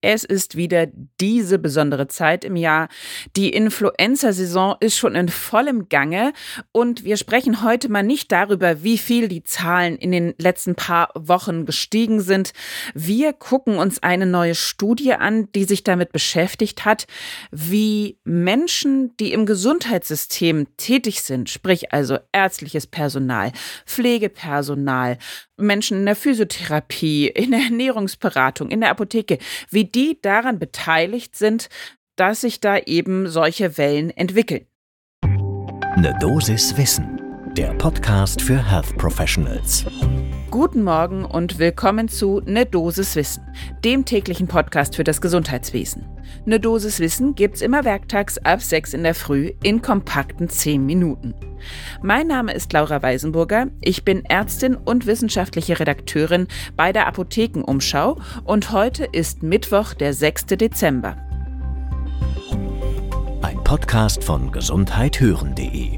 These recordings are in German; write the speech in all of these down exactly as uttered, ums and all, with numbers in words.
Es ist wieder diese besondere Zeit im Jahr. Die Influenza-Saison ist schon in vollem Gange und wir sprechen heute mal nicht darüber, wie viel die Zahlen in den letzten paar Wochen gestiegen sind. Wir gucken uns eine neue Studie an, die sich damit beschäftigt hat, wie Menschen, die im Gesundheitssystem tätig sind, sprich also ärztliches Personal, Pflegepersonal, Menschen in der Physiotherapie, in der Ernährungsberatung, in der Apotheke, wie die daran beteiligt sind, dass sich da eben solche Wellen entwickeln. Ne Dosis Wissen, der Podcast für Health Professionals. Guten Morgen und willkommen zu Ne Dosis Wissen, dem täglichen Podcast für das Gesundheitswesen. Ne Dosis Wissen gibt's immer werktags ab sechs in der Früh in kompakten zehn Minuten. Mein Name ist Laura Weisenburger, ich bin Ärztin und wissenschaftliche Redakteurin bei der Apothekenumschau und heute ist Mittwoch, der sechster Dezember. Ein Podcast von gesundheit hören punkt de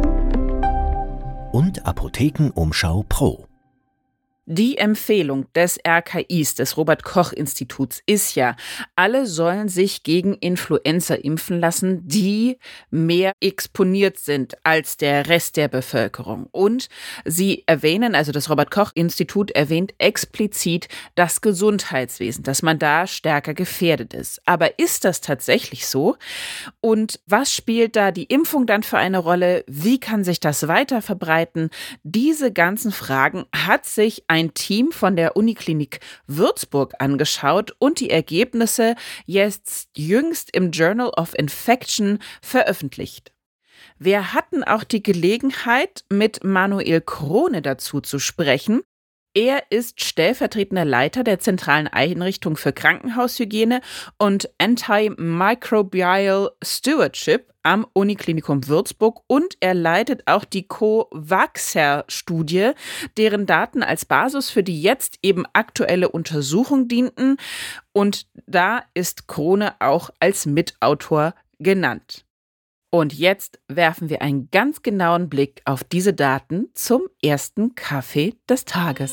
und Apothekenumschau Pro. Die Empfehlung des R K Is, des Robert-Koch-Instituts, ist ja, alle sollen sich gegen Influenza impfen lassen, die mehr exponiert sind als der Rest der Bevölkerung. Und sie erwähnen, also das Robert-Koch-Institut erwähnt explizit das Gesundheitswesen, dass man da stärker gefährdet ist. Aber ist das tatsächlich so? Und was spielt da die Impfung dann für eine Rolle? Wie kann sich das weiter verbreiten? Diese ganzen Fragen hat sich ein Team von der Uniklinik Würzburg angeschaut und die Ergebnisse jetzt jüngst im Journal of Infection veröffentlicht. Wir hatten auch die Gelegenheit, mit Manuel Krone dazu zu sprechen. Er ist stellvertretender Leiter der zentralen Einrichtung für Krankenhaushygiene und Antimicrobial Stewardship am Uniklinikum Würzburg und er leitet auch die COVAXer-Studie, deren Daten als Basis für die jetzt eben aktuelle Untersuchung dienten. Und da ist Krone auch als Mitautor genannt. Und jetzt werfen wir einen ganz genauen Blick auf diese Daten zum ersten Kaffee des Tages.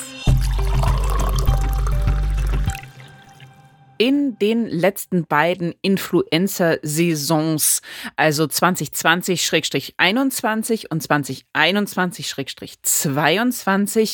In den letzten beiden Influenza-Saisons, also zwanzig zwanzig einundzwanzig und zwanzig einundzwanzig zweiundzwanzig,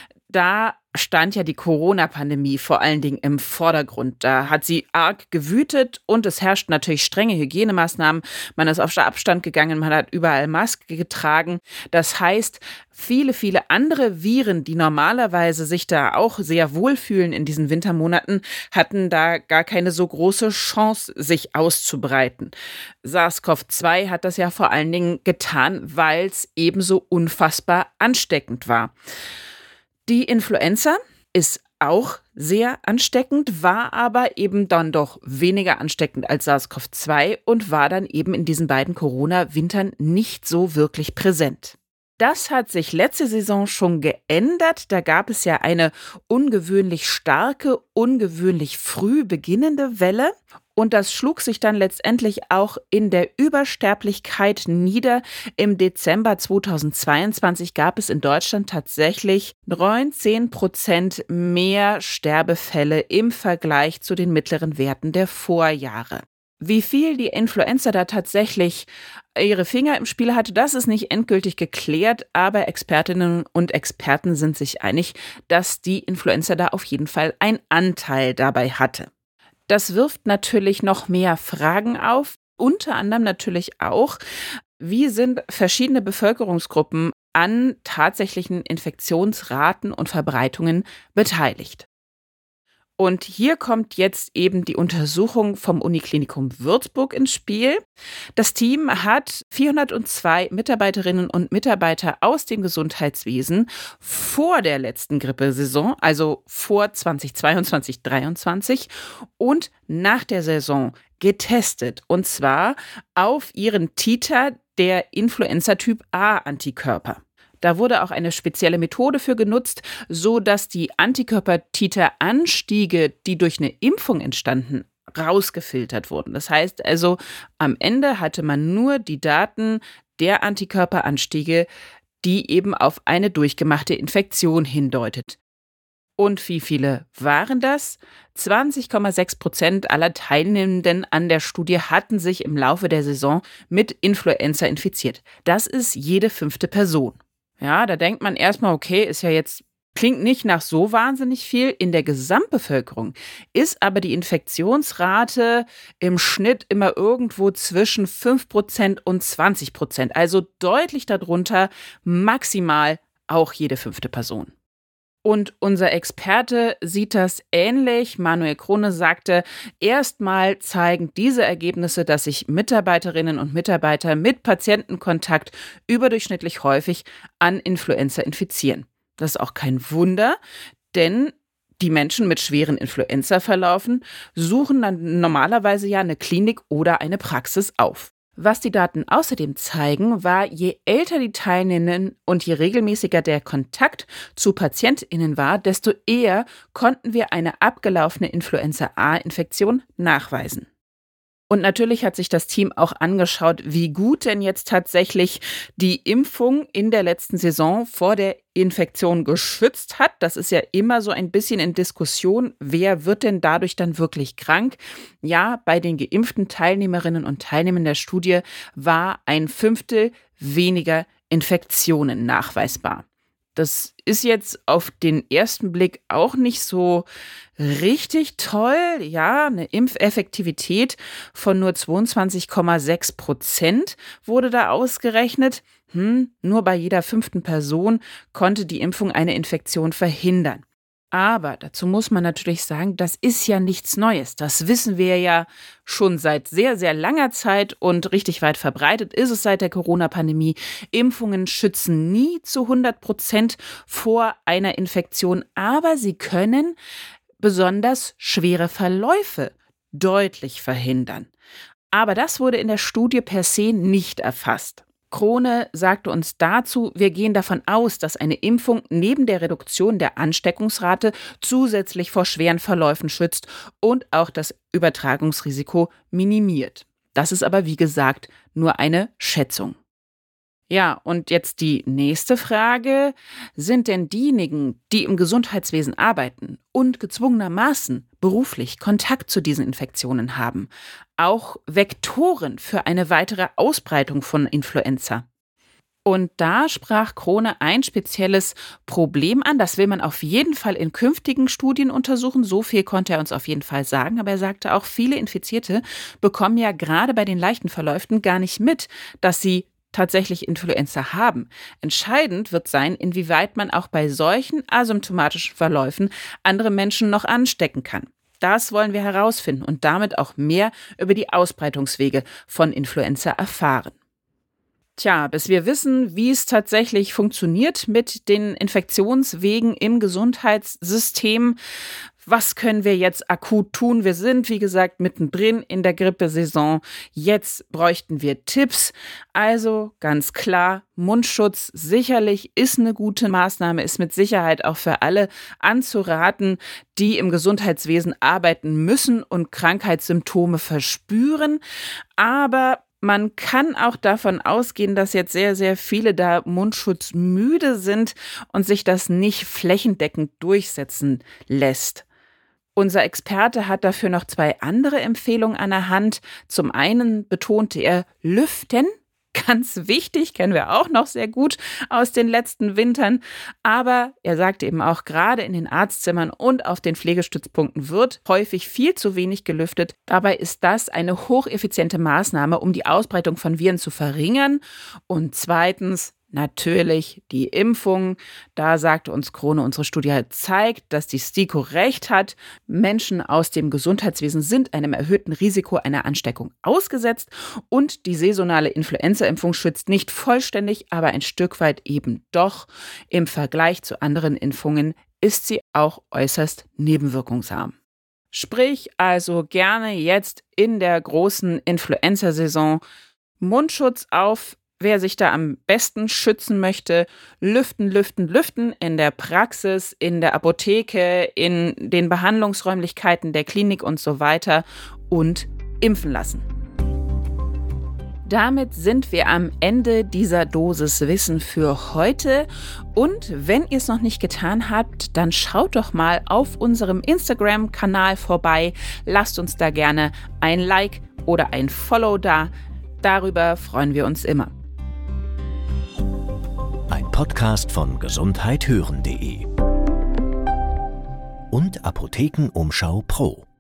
da stand ja die Corona-Pandemie vor allen Dingen im Vordergrund. Da hat sie arg gewütet und es herrschten natürlich strenge Hygienemaßnahmen. Man ist auf Abstand gegangen, man hat überall Maske getragen. Das heißt, viele, viele andere Viren, die normalerweise sich da auch sehr wohlfühlen in diesen Wintermonaten, hatten da gar keine so große Chance, sich auszubreiten. SARS-CoV zwei hat das ja vor allen Dingen getan, weil es ebenso unfassbar ansteckend war. Die Influenza ist auch sehr ansteckend, war aber eben dann doch weniger ansteckend als SARS-CoV zwei und war dann eben in diesen beiden Corona-Wintern nicht so wirklich präsent. Das hat sich letzte Saison schon geändert. Da gab es ja eine ungewöhnlich starke, ungewöhnlich früh beginnende Welle. Und das schlug sich dann letztendlich auch in der Übersterblichkeit nieder. Im Dezember zweitausendzweiundzwanzig gab es in Deutschland tatsächlich neunzehn Prozent mehr Sterbefälle im Vergleich zu den mittleren Werten der Vorjahre. Wie viel die Influenza da tatsächlich ihre Finger im Spiel hatte, das ist nicht endgültig geklärt, aber Expertinnen und Experten sind sich einig, dass die Influenza da auf jeden Fall einen Anteil dabei hatte. Das wirft natürlich noch mehr Fragen auf, unter anderem natürlich auch, wie sind verschiedene Bevölkerungsgruppen an tatsächlichen Infektionsraten und Verbreitungen beteiligt. Und hier kommt jetzt eben die Untersuchung vom Uniklinikum Würzburg ins Spiel. Das Team hat vierhundertzwei Mitarbeiterinnen und Mitarbeiter aus dem Gesundheitswesen vor der letzten Grippesaison, also vor zweitausendzweiundzwanzig dreiundzwanzig und nach der Saison getestet. Und zwar auf ihren Titer der Influenza-Typ A-Antikörper. Da wurde auch eine spezielle Methode für genutzt, so dass die Antikörpertiteranstiege, die durch eine Impfung entstanden, rausgefiltert wurden. Das heißt also, am Ende hatte man nur die Daten der Antikörperanstiege, die eben auf eine durchgemachte Infektion hindeutet. Und wie viele waren das? zwanzig Komma sechs Prozent aller Teilnehmenden an der Studie hatten sich im Laufe der Saison mit Influenza infiziert. Das ist jede fünfte Person. Ja, da denkt man erstmal, okay, ist ja jetzt, klingt nicht nach so wahnsinnig viel. In der Gesamtbevölkerung ist aber die Infektionsrate im Schnitt immer irgendwo zwischen fünf Prozent und zwanzig Prozent. Also deutlich darunter, maximal auch jede fünfte Person. Und unser Experte sieht das ähnlich. Manuel Krone sagte, erstmal zeigen diese Ergebnisse, dass sich Mitarbeiterinnen und Mitarbeiter mit Patientenkontakt überdurchschnittlich häufig an Influenza infizieren. Das ist auch kein Wunder, denn die Menschen mit schweren Influenza-Verläufen suchen dann normalerweise ja eine Klinik oder eine Praxis auf. Was die Daten außerdem zeigen, war, je älter die Teilnehmenden und je regelmäßiger der Kontakt zu PatientInnen war, desto eher konnten wir eine abgelaufene Influenza-A-Infektion nachweisen. Und natürlich hat sich das Team auch angeschaut, wie gut denn jetzt tatsächlich die Impfung in der letzten Saison vor der Infektion geschützt hat. Das ist ja immer so ein bisschen in Diskussion, wer wird denn dadurch dann wirklich krank? Ja, bei den geimpften Teilnehmerinnen und Teilnehmern der Studie war ein Fünftel weniger Infektionen nachweisbar. Das ist jetzt auf den ersten Blick auch nicht so richtig toll. Ja, eine Impfeffektivität von nur zweiundzwanzig Komma sechs Prozent wurde da ausgerechnet. Hm, nur bei jeder fünften Person konnte die Impfung eine Infektion verhindern. Aber dazu muss man natürlich sagen, das ist ja nichts Neues. Das wissen wir ja schon seit sehr, sehr langer Zeit und richtig weit verbreitet ist es seit der Corona-Pandemie. Impfungen schützen nie zu hundert Prozent vor einer Infektion, aber sie können besonders schwere Verläufe deutlich verhindern. Aber das wurde in der Studie per se nicht erfasst. Krone sagte uns dazu, wir gehen davon aus, dass eine Impfung neben der Reduktion der Ansteckungsrate zusätzlich vor schweren Verläufen schützt und auch das Übertragungsrisiko minimiert. Das ist aber, wie gesagt, nur eine Schätzung. Ja, und jetzt die nächste Frage. Sind denn diejenigen, die im Gesundheitswesen arbeiten und gezwungenermaßen beruflich Kontakt zu diesen Infektionen haben, auch Vektoren für eine weitere Ausbreitung von Influenza? Und da sprach Krone ein spezielles Problem an. Das will man auf jeden Fall in künftigen Studien untersuchen. So viel konnte er uns auf jeden Fall sagen. Aber er sagte auch, viele Infizierte bekommen ja gerade bei den leichten Verläufen gar nicht mit, dass sie tatsächlich Influenza haben. Entscheidend wird sein, inwieweit man auch bei solchen asymptomatischen Verläufen andere Menschen noch anstecken kann. Das wollen wir herausfinden und damit auch mehr über die Ausbreitungswege von Influenza erfahren. Tja, bis wir wissen, wie es tatsächlich funktioniert mit den Infektionswegen im Gesundheitssystem, was können wir jetzt akut tun? Wir sind, wie gesagt, mittendrin in der Grippesaison. Jetzt bräuchten wir Tipps. Also ganz klar, Mundschutz sicherlich ist eine gute Maßnahme, ist mit Sicherheit auch für alle anzuraten, die im Gesundheitswesen arbeiten müssen und Krankheitssymptome verspüren. Aber man kann auch davon ausgehen, dass jetzt sehr, sehr viele da mundschutzmüde sind und sich das nicht flächendeckend durchsetzen lässt. Unser Experte hat dafür noch zwei andere Empfehlungen an der Hand. Zum einen betonte er Lüften. Ganz wichtig, kennen wir auch noch sehr gut aus den letzten Wintern. Aber er sagte eben auch, gerade in den Arztzimmern und auf den Pflegestützpunkten wird häufig viel zu wenig gelüftet. Dabei ist das eine hocheffiziente Maßnahme, um die Ausbreitung von Viren zu verringern. Und zweitens, natürlich die Impfung. Da sagte uns Krone, unsere Studie zeigt, dass die STIKO recht hat. Menschen aus dem Gesundheitswesen sind einem erhöhten Risiko einer Ansteckung ausgesetzt und die saisonale Influenza-Impfung schützt nicht vollständig, aber ein Stück weit eben doch. Im Vergleich zu anderen Impfungen ist sie auch äußerst nebenwirkungsarm. Sprich also gerne jetzt in der großen Influenza-Saison Mundschutz auf. Wer sich da am besten schützen möchte, lüften, lüften, lüften in der Praxis, in der Apotheke, in den Behandlungsräumlichkeiten der Klinik und so weiter und impfen lassen. damit sind wir am Ende dieser Dosis Wissen für heute. Und wenn ihr es noch nicht getan habt, dann schaut doch mal auf unserem Instagram-Kanal vorbei. Lasst uns da gerne ein Like oder ein Follow da. Darüber freuen wir uns immer. Ein Podcast von gesundheit hören punkt de und Apothekenumschau Pro.